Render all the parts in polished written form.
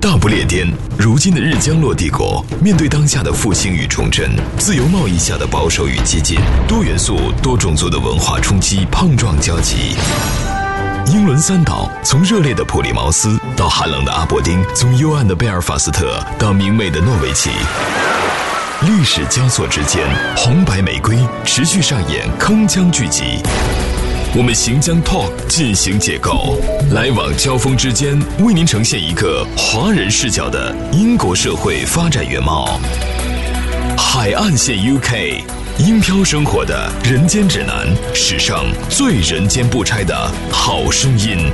大不列颠，如今的日将落帝国，面对当下的复兴与重振，自由贸易下的保守与激进，多元素、多种族的文化冲击碰撞交集。英伦三岛，从热烈的普利茅斯到寒冷的阿伯丁，从幽暗的贝尔法斯特到明媚的诺维奇，历史交错之间，红白玫瑰持续上演铿锵剧集。我们行将 Talk 进行解构，来往交锋之间，为您呈现一个华人视角的英国社会发展原貌。海岸线 UK， 英漂生活的人间指南，史上最人间不拆的好声音。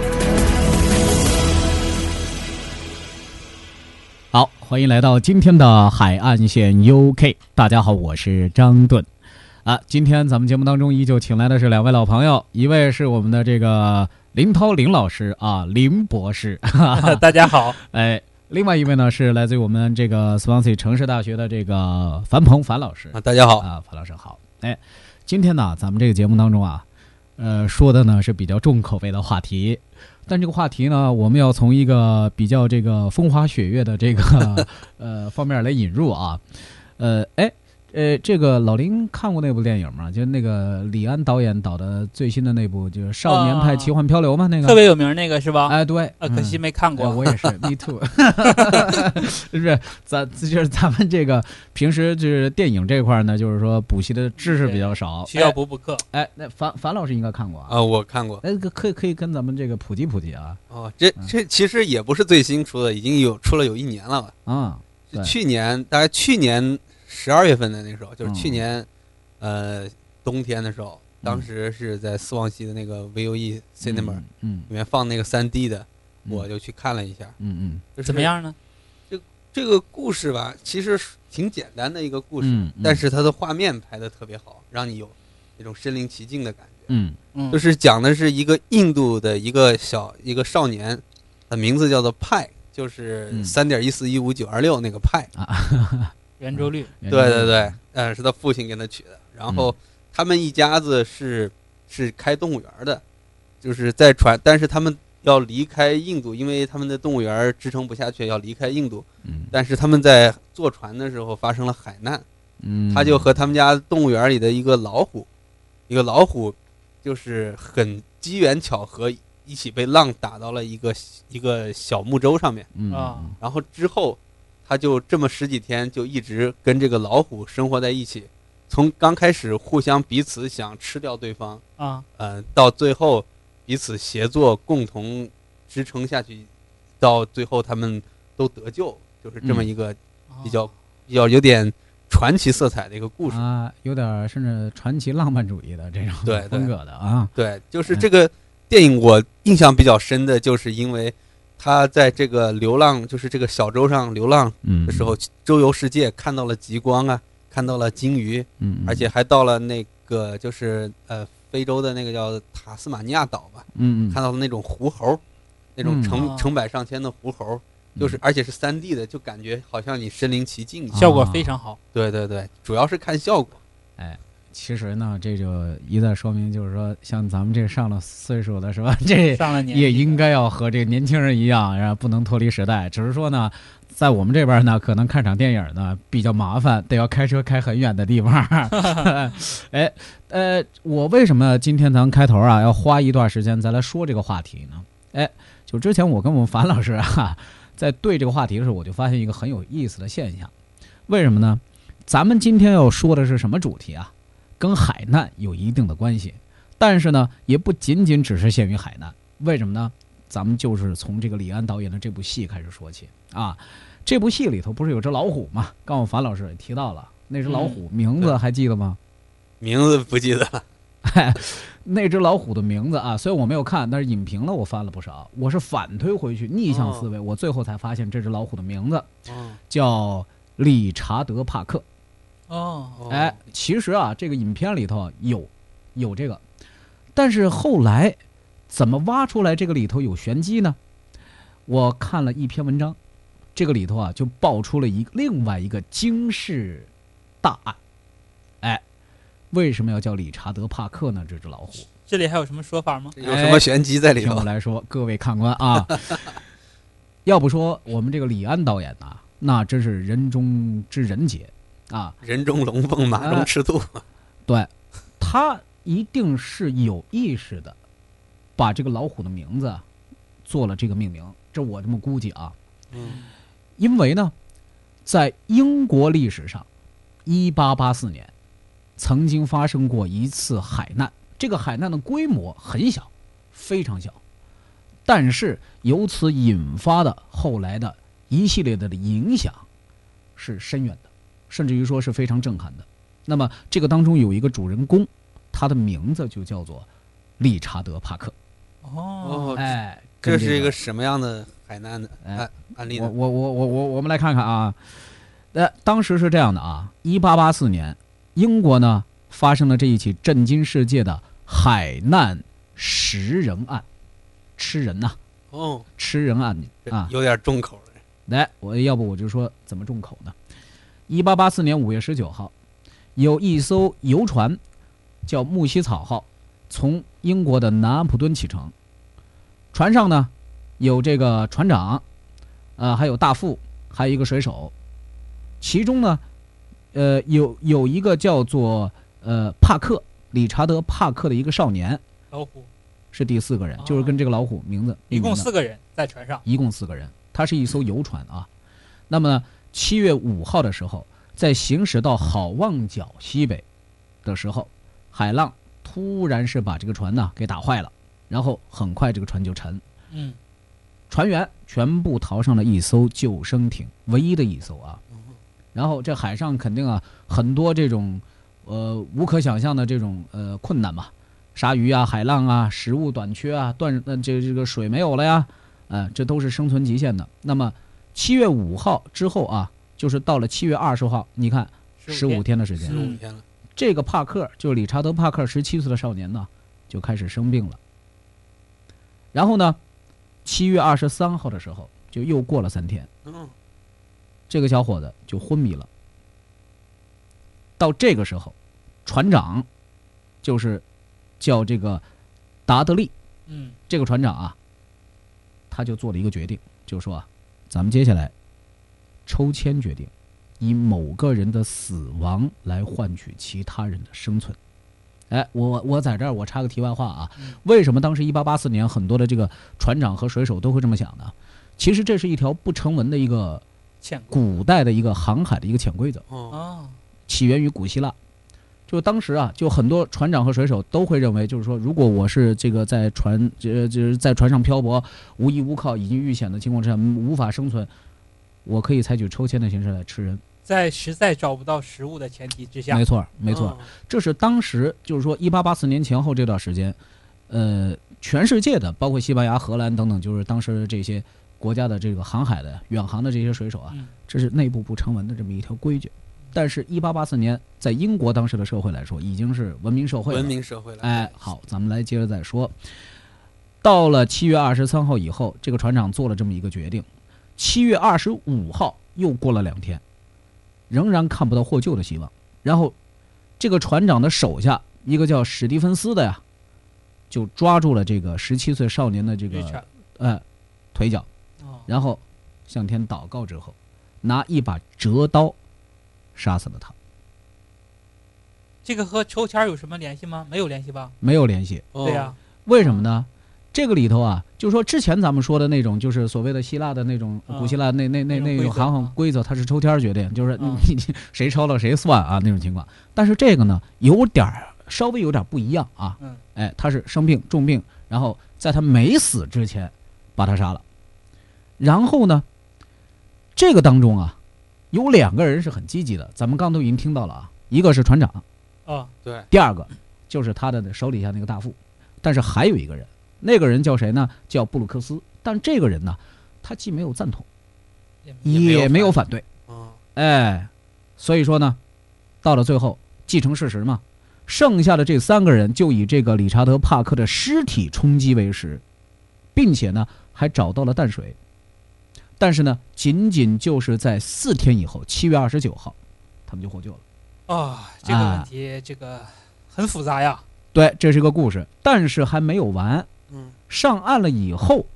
好，欢迎来到今天的海岸线 UK。大家好，我是张顿。今天咱们节目当中依旧请来的是两位老朋友，一位是我们的这个林涛林老师啊，林博士， 大家好。 另外一位呢是来自于我们这个 Swansea 城市大学的这个樊鹏樊老师。 大家好樊老师好。今天呢咱们这个节目当中说的呢是比较重口味的话题，但这个话题呢我们要从一个比较这个风花雪月的这个方面来引入啊。这个老林看过那部电影吗？就是那个李安导演导的最新的那部，就是《少年派奇幻漂流》嘛，那个特别有名那个是吧？ 对， 可惜没看过。 我也是，me too 。是咱们这个平时就是电影这块呢，就是说补习的知识比较少， 需要补课。 那樊老师应该看过啊，我看过。 可以跟咱们这个普及普及啊。 这其实也不是最新出的，已经出了有1年了啊。 大概去年12月份的那时候，就是去年，冬天的时候，当时是在斯旺西的那个 VOE Cinema， 里面放那个3D 的，我就去看了一下， 怎么样呢？ 这个故事吧，其实挺简单的一个故事，但是它的画面拍得特别好，让你有那种身临其境的感觉。就是讲的是一个印度的一个少年，他名字叫做派，就是3.1415926那个派。 圆周率， 对，是他父亲给他取的。然后他们一家子是开动物园的，就是在船，但是他们要离开印度，因为他们的动物园支撑不下去，要离开印度。但是他们在坐船的时候发生了海难，他就和他们家动物园里的一个老虎，就是很机缘巧合，一起被浪打到了一个小木舟上面。然后之后。他就这么10几天就一直跟这个老虎生活在一起，从刚开始互相彼此想吃掉对方到最后彼此协作共同支撑下去，到最后他们都得救，就是这么一个比较有点传奇色彩的一个故事有点甚至传奇浪漫主义的这种风格的对，就是这个电影我印象比较深的，就是因为他在这个流浪，就是这个小舟上流浪的时候，周游世界，看到了极光看到了鲸鱼，而且还到了那个就是非洲的那个叫塔斯马尼亚岛吧，看到了那种狐猴，那种成百上千的狐猴，就是而且是3D 的，就感觉好像你身临其境， 效果非常好。 对，主要是看效果。 其实呢，这就一再说明，就是说，像咱们这上了岁数的是吧？这也应该要和这个年轻人一样，然后不能脱离时代。只是说呢，在我们这边呢，可能看场电影呢比较麻烦，得要开车开很远的地方。我为什么今天咱开头要花一段时间再来说这个话题呢？就之前我跟我们樊老师在对这个话题的时候，我就发现一个很有意思的现象。为什么呢？咱们今天要说的是什么主题啊？跟海难有一定的关系，但是呢，也不仅仅只是限于海难。为什么呢？咱们就是从这个李安导演的这部戏开始说起啊。这部戏里头不是有只老虎吗？刚我樊老师也提到了，那只老虎名字还记得吗？ 名字不记得了。 那只老虎的名字虽然我没有看，但是影评呢我翻了不少。我是反推回去，逆向思维，我最后才发现这只老虎的名字叫理查德·帕克。其实这个影片里头有这个，但是后来怎么挖出来这个里头有玄机呢？我看了一篇文章，这个里头就爆出了另外一个惊世大案。为什么要叫理查德·帕克呢？这只老虎这里还有什么说法吗？ 有什么玄机在里头？ 听我来说，各位看官要不说我们这个李安导演呐，那真是人中之人杰啊， 人中龙凤，马中赤兔。 对，他一定是有意识的把这个老虎的名字做了这个命名，这我这么估计啊。因为呢，在英国历史上，1884年曾经发生过一次海难，这个海难的规模很小，非常小，但是由此引发的后来的一系列的影响是深远的，甚至于说是非常震撼的。那么这个当中有一个主人公，他的名字就叫做理查德·帕克。哎， 这是一个什么样的海难的案例呢？ 我们来看看啊。当时是这样的啊，1884年，英国呢发生了这一起震惊世界的海难食人案，吃人呐、吃人案啊， 有点重口了。 来，要不我就说怎么重口呢？1884年5月19号，有一艘游船叫木西草号，从英国的南安普敦启程。船上呢有这个船长，还有大副，还有一个水手。其中呢，有一个叫做帕克，理查德·帕克的一个少年， 老虎是第4个人，就是跟这个老虎名字一共4个人在船上， 一共4个人，它是一艘游船啊。那么7月5号的时候，在行驶到好望角西北的时候，海浪突然是把这个船呢给打坏了，然后很快这个船就沉。船员全部逃上了一艘救生艇，唯一的一艘啊。然后这海上肯定啊很多这种无可想象的这种困难嘛，鲨鱼啊、海浪啊、食物短缺啊、这个水没有了呀，这都是生存极限的。那么7月5号之后啊，就是到了7月20号，你看15天的时间 ，15天了。 这个帕克就是理查德·帕克17岁的少年呢，就开始生病了。然后呢，7月23号的时候，就又过了3天，这个小伙子就昏迷了。到这个时候，船长就是叫这个达德利，这个船长啊，他就做了一个决定，就说啊，咱们接下来抽签决定，以某个人的死亡来换取其他人的生存。哎，我在这儿我插个题外话啊，为什么当时1884年很多的这个船长和水手都会这么想呢？其实这是一条不成文的一个古代的一个航海的一个潜规则，起源于古希腊。就当时啊，就很多船长和水手都会认为，就是说，如果我是这个在就是在船上漂泊，无依无靠，已经遇险的情况之下无法生存，我可以采取抽签的形式来吃人。 在实在找不到食物的前提之下， 没错，这是当时就是说1884年前后这段时间，全世界的包括西班牙、荷兰等等，就是当时这些国家的这个航海的远航的这些水手啊，这是内部不成文的这么一条规矩。但是1884年在英国当时的社会来说，已经是文明社会了。哎，好，咱们来接着再说。到了7月23号以后，这个船长做了这么一个决定。7月25号又过了2天。仍然看不到获救的希望，然后这个船长的手下一个叫史蒂芬斯的呀，就抓住了这个17岁少年的这个腿脚，然后向天祷告之后，拿一把折刀杀死了他。 这个和抽签有什么联系吗？没有联系吧？ 没有联系。 对呀， 为什么呢？这个里头啊，就是说之前咱们说的那种，就是所谓的希腊的那种古希腊那种航海规则，它是抽签决定，就是你谁抽了谁算啊那种情况。但是这个呢，稍微有点不一样啊。哎，他是生病重病，然后在他没死之前把他杀了。然后呢，这个当中啊，有2个人是很积极的，咱们刚都已经听到了啊，一个是船长对， 第2个就是他的手底下那个大副，但是还有一个人。那个人叫谁呢？叫布鲁克斯。但这个人呢，他既没有赞同，也没有反对。哎，所以说呢，到了最后既成事实嘛，剩下的这3个人就以这个理查德·帕克的尸体充饥为食，并且呢还找到了淡水。但是呢，仅仅就是在4天以后，7月29号，他们就获救了。 这个问题这个很复杂呀。 对，这是个故事，但是还没有完。上岸了以后，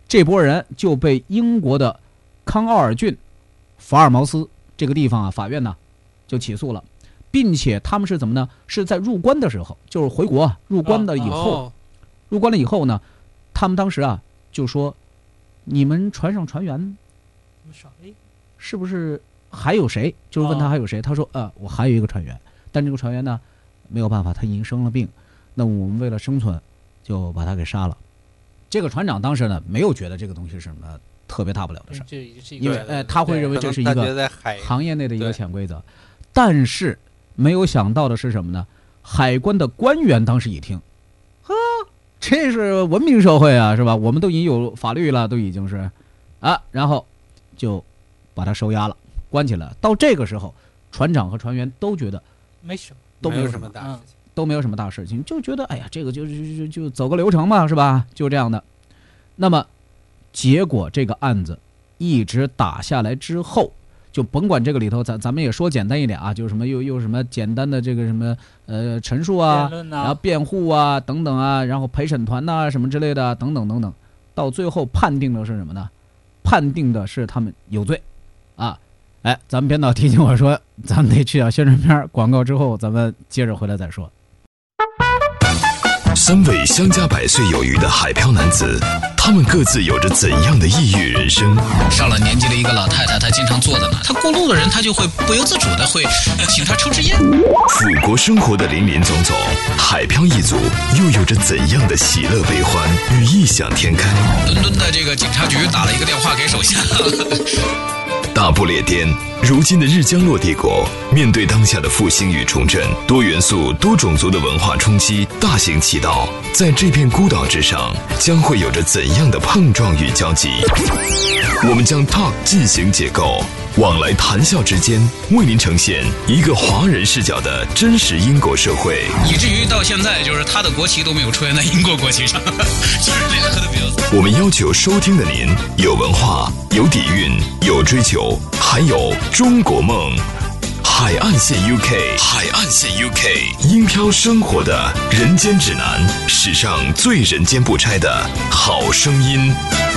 这波人就被英国的康奥尔郡法尔茅斯这个地方啊法院呢就起诉了，并且他们是怎么呢？是在入关的时候，就是回国入关了以后，入关了以后呢，他们当时啊就说，你们船上船员怎么少了？ 是不是还有谁？就是问他还有谁，他说我还有一个船员，但这个船员呢没有办法，他已经生了病，那我们为了生存就把他给杀了。这个船长当时呢没有觉得这个东西是什么特别大不了的事儿，因为他会认为这是一个行业内的一个潜规则。但是没有想到的是什么呢？海关的官员当时一听，这是文明社会啊，是吧？我们都已经有法律了，都已经是然后就把他收押了，关起来了。到这个时候，船长和船员都觉得没什么， 都没有什么大事情， 都没有什么大事情，就觉得哎呀，这个就走个流程嘛，是吧？就这样的。那么结果这个案子一直打下来之后，就甭管这个里头咱们也说简单一点啊，就是什么又什么简单的这个什么陈述啊，然后辩护啊等等啊，然后陪审团呐什么之类的等等等等，到最后判定的是什么呢？判定的是他们有罪啊。咱们编导提醒我说，咱们得去掉宣传片，广告之后咱们接着回来再说。 三位相加100岁有余的海漂男子，他们各自有着怎样的异域人生？ 上了年纪的一个老太太，她经常坐在那，她过路的人，她就会不由自主的会请她抽支烟。 腐国生活的林林总总，海漂一族又有着怎样的喜乐悲欢与异想天开？ 伦敦的这个警察局打了一个电话给手下。 大不列颠，如今的日将落帝国，面对当下的复兴与重振，多元素、多种族的文化冲击大行其道，在这片孤岛之上，将会有着怎样的碰撞与交集？我们将 Talk 进行解构，往来谈笑之间，为您呈现一个华人视角的真实英国社会， 以至于到现在，就是他的国旗都没有出现在英国国旗上，就是联合的比较。 我们要求收听的您有文化、有底蕴、有追求，还有中国梦。海岸线 UK， 海岸线 UK， 英漂生活的人间指南，史上最人间不拆的好声音。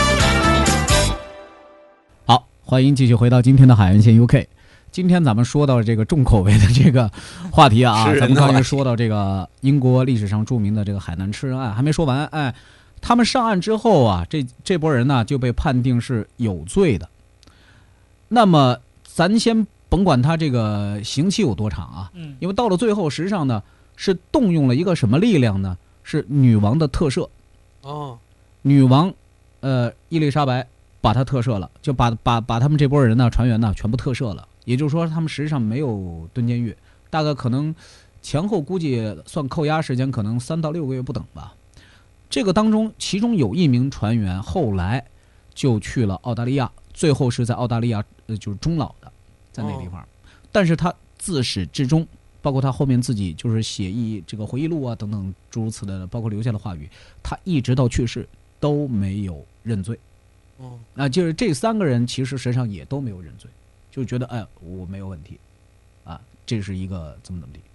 好，欢迎继续回到今天的海岸线 UK。今天咱们说到这个重口味的这个话题啊，咱们刚才说到这个英国历史上著名的这个海难吃人案还没说完，他们上岸之后啊，这波人呢就被判定是有罪的。那么咱先甭管他这个刑期有多长啊，因为到了最后，实际上呢是动用了一个什么力量呢？是女王的特赦。女王伊丽莎白把他特赦了，就把他们这波人呢船员呢全部特赦了。也就是说，他们实际上没有蹲监狱，大概可能前后估计算扣押时间可能3到6个月不等吧。这个当中，其中有一名船员后来就去了澳大利亚，最后是在澳大利亚就是终老的，在那个地方。但是他自始至终，包括他后面自己就是写这个回忆录啊等等诸如此类的，包括留下的话语，他一直到去世都没有认罪。就是这3个人其实实际上也都没有认罪，就觉得我没有问题啊，这是一个怎么地。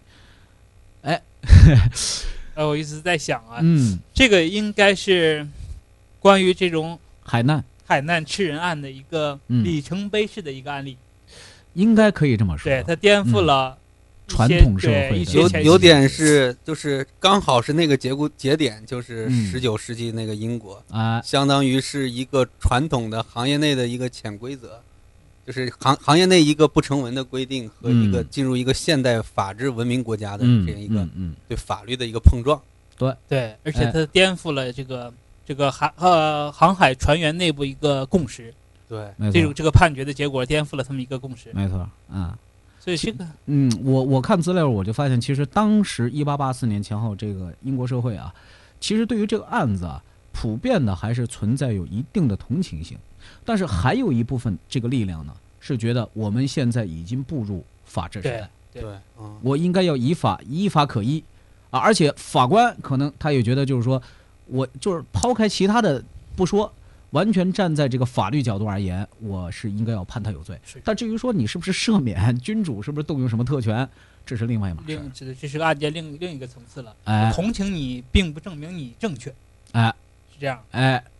我一直在想啊，这个应该是关于这种海难吃人案的一个里程碑式的一个案例， 应该可以这么说。 对，它颠覆了传统社会的，有点是就是刚好是那个节点，就是19世纪那个英国相当于是一个传统的行业内的一个潜规则。就是行业内一个不成文的规定和一个进入一个现代法治文明国家的这样一个对法律的一个碰撞。 对，而且它颠覆了这个航海船员内部一个共识。 对， 这个判决的结果颠覆了他们一个共识。 没错所以这个我看资料我就发现，其实当时1884年前后这个英国社会啊，其实对于这个案子啊，普遍的还是存在有一定的同情性。但是还有一部分这个力量呢，是觉得我们现在已经步入法治时代， 对， 我应该要依法可依而且法官可能他也觉得就是说，我就是抛开其他的不说，完全站在这个法律角度而言，我是应该要判他有罪。但至于说你是不是赦免，君主是不是动用什么特权，这是另外一码事。 这是个案件另一个层次了。同情你并不证明你正确， 是这样。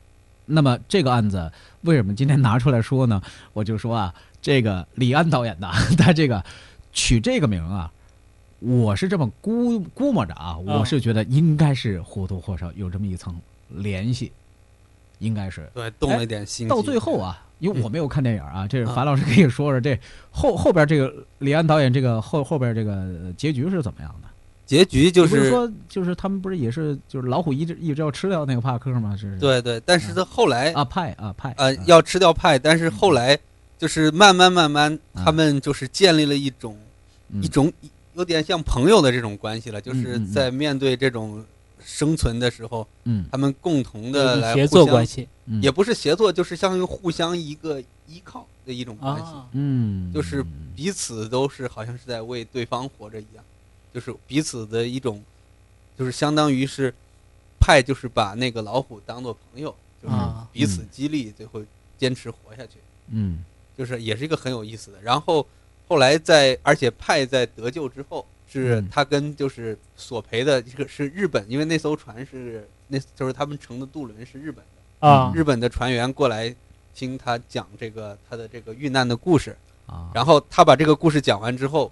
那么这个案子为什么今天拿出来说呢？我就说啊，这个李安导演的他这个取这个名啊，我是这么估摸着啊，我是觉得应该是或多或少有这么一层联系，应该是对动了一点心机。 到最后啊，因为我没有看电影啊，这是樊老师可以说说这后边这个李安导演这个后边这个结局是怎么样的？ 结局就是说，就是他们不是也是就是老虎一直要吃掉那个帕克吗？是。 对对，但是他后来派要吃掉派，但是后来就是慢慢，他们就是建立了一种有点像朋友的这种关系了，就是在面对这种生存的时候，他们共同的来协作关系， 也不是协作，就是相当于互相一个依靠的一种关系，就是彼此都是好像是在为对方活着一样。就是彼此的一种，就是相当于是派，就是把那个老虎当作朋友，就是彼此激励，最后坚持活下去。就是也是一个很有意思的。然后后来而且派在得救之后，是他跟就是索赔的这个是日本，因为那艘船就是他们乘的渡轮是日本的啊，日本的船员过来听他讲他的这个遇难的故事啊，然后他把这个故事讲完之后，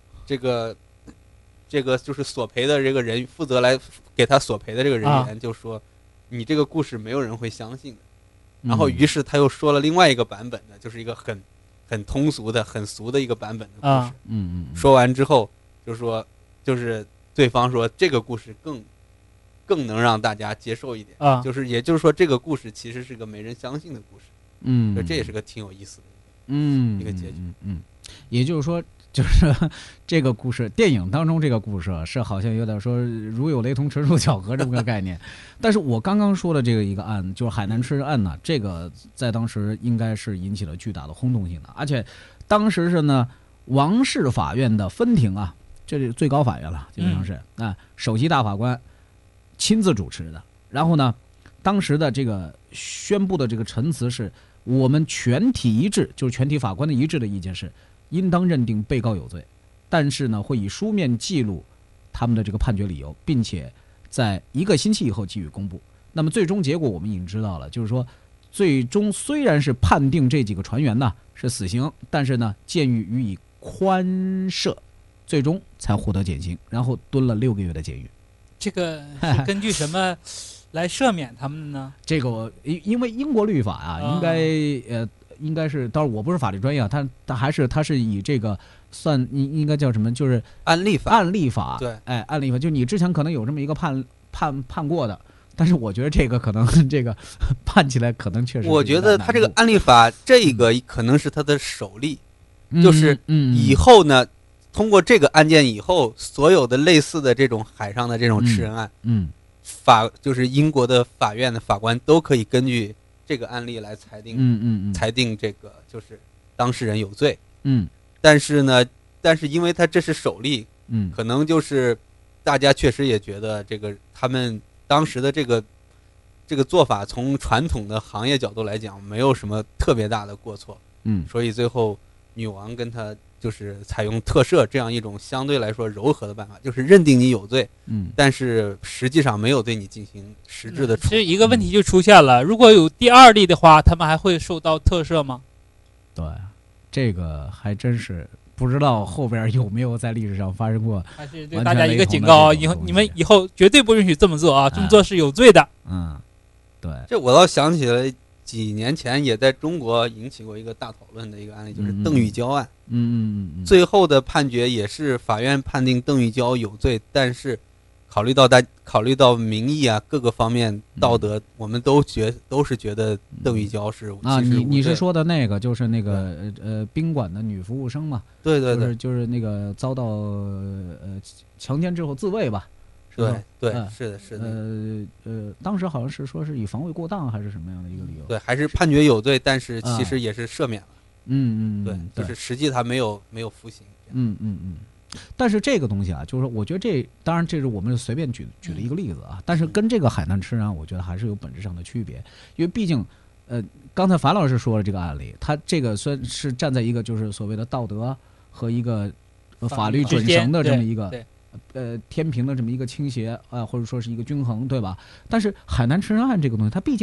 这个就是索赔的这个人负责来给他索赔的这个人员就说，你这个故事没有人会相信的。然后于是他又说了另外一个版本的，就是一个很通俗的很俗的一个版本的故事。说完之后就是对方说这个故事更能让大家接受一点就是也就是说这个故事其实是个没人相信的故事。这也是个挺有意思的一个结局。 也就是说。就是这个故事，电影当中这个故事是好像有点说如有雷同，纯属巧合这么个概念。但是我刚刚说的这个一个案，就是海南吃人案呢，这个在当时应该是引起了巨大的轰动性的，而且当时是呢王氏法院的分庭啊，这是最高法院了，基本上是首席大法官亲自主持的。然后呢，当时的这个宣布的这个陈词是我们全体一致，就是全体法官的一致的意见是。应当认定被告有罪，但是呢，会以书面记录他们的这个判决理由，并且在1个星期以后给予公布。那么最终结果我们已经知道了，就是说，最终虽然是判定这几个船员呢是死刑，但是呢，鉴于予以宽赦，最终才获得减刑，然后蹲了6个月的监狱。 这个是根据什么来赦免他们呢？ 这个因为英国律法啊，应该是，当然我不是法律专业啊，他是以这个算应该叫什么，就是案例法。 对，案例法，就你之前可能有这么一个判过的，但是我觉得这个可能这个判起来可能确实， 我觉得他这个案例法这个可能是他的首例，就是以后呢，通过这个案件以后，所有的类似的这种海上的这种吃人案，就是英国的法院的法官都可以根据。这个案例来裁定，裁定这个就是当事人有罪。但是因为他这是首例，可能就是大家确实也觉得这个他们当时的这个做法，从传统的行业角度来讲，没有什么特别大的过错。所以最后女王跟他就是采用特赦这样一种相对来说柔和的办法，就是认定你有罪，但是实际上没有对你进行实质的处理。 这一个问题就出现了，如果有第2例的话，他们还会受到特赦吗？ 对，这个还真是不知道后边有没有在历史上发生过。 还是对大家一个警告，你们以后绝对不允许这么做啊！这么做是有罪的。 对。 这我倒想起了几年前也在中国引起过一个大讨论的一个案例，就是邓玉娇案。最后的判决也是法院判定邓玉娇有罪，但是考虑到民意啊各个方面道德，我们都是觉得邓玉娇是你是说的那个就是那个宾馆的女服务生嘛？ 对对对， 就是那个遭到强奸之后自卫吧？ 对，是的。 当时好像是说是以防卫过当还是什么样的一个理由？ 对，还是判决有罪，但是其实也是赦免了。 对， 就是实际他没有服刑。 但是这个东西啊，就是说，我觉得当然这是我们随便举了一个例子啊，但是跟这个海难吃人，我觉得还是有本质上的区别，因为毕竟，刚才樊老师说了这个案例，他这个虽然是站在一个就是所谓的道德和一个法律准绳的这么一个天平的这么一个倾斜或者说是一个均衡，对吧？但是海南吃人案这个东西，它毕竟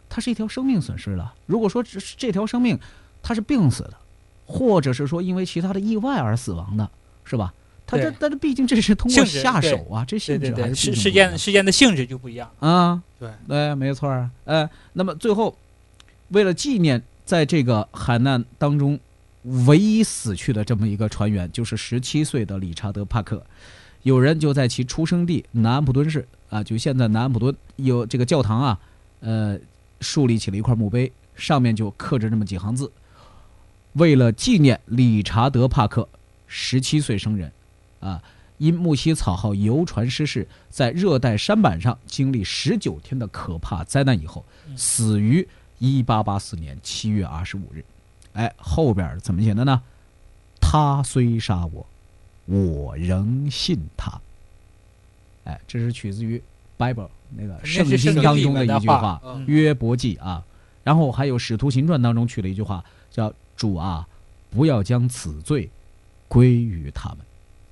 它是一条生命损失了。如果说这条生命它是病死的，或者是说因为其他的意外而死亡的，是吧？但是毕竟这是通过下手啊，这性质还是事件的性质就不一样啊。 对， 没错啊。那么最后，为了纪念在这个海难当中唯一死去的这么一个船员，就是17岁的理查德·帕克，有人就在其出生地南安普敦市啊，就现在南安普敦有这个教堂啊，树立起了一块墓碑，上面就刻着这么几行字：为了纪念理查德·帕克17岁生人。因木西草号游船失事，在热带舢板上经历19天的可怕灾难以后，死于1884年7月25日。后边怎么写的呢？他虽杀我，我仍信他。这是取自于 Bible 那个圣经当中的一句话，约伯记啊。然后还有使徒行传当中取了一句话，叫主啊，不要将此罪归于他们。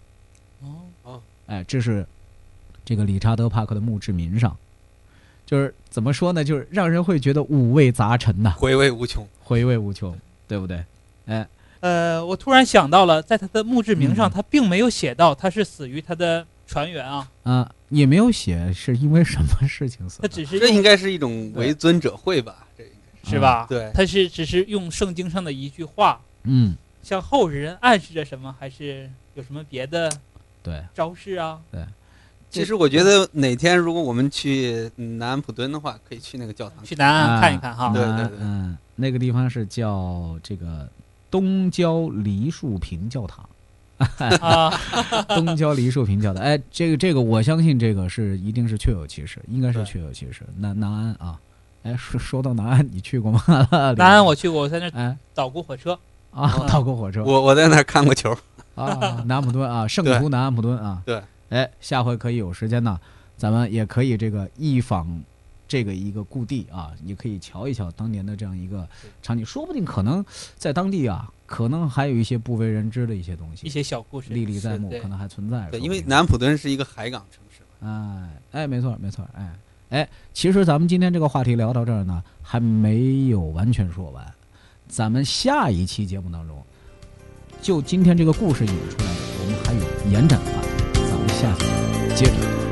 这是这个理查德·帕克的墓志铭上，就是怎么说呢？就是让人会觉得五味杂陈呐， 回味无穷， 对不对？ 我突然想到了，在他的墓志铭上，他并没有写到他是死于他的船员啊， 也没有写是因为什么事情死的。 他只是这应该是一种为尊者讳吧？这应该是吧？ 对， 他只是用圣经上的一句话，向后人暗示着什么，还是有什么别的？ 对， 招式啊， 对。 其实我觉得哪天如果我们去南安普敦的话，可以去那个教堂， 去南安看一看哈。 对， 那个地方是叫这个东郊梨树坪教堂东郊梨树坪教堂。这个我相信这个是一定是确有其事，应该是确有其事。南安啊，说到南安，你去过吗？ 南安我去过，我在那倒过火车倒过火车。 我在那儿看过球。 南安普敦啊，圣徒南安普敦啊。 对， 下回可以有时间呢，咱们也可以这个一访这个一个故地啊，也可以瞧一瞧当年的这样一个场景，说不定可能在当地啊，可能还有一些不为人知的一些东西， 一些小故事历历在目，可能还存在。 对，因为南安普敦是一个海港城市。 没错。其实咱们今天这个话题聊到这儿呢，还没有完全说完，咱们下一期节目当中。就今天这个故事引出来的，我们还有延展的话题，咱们下期接着。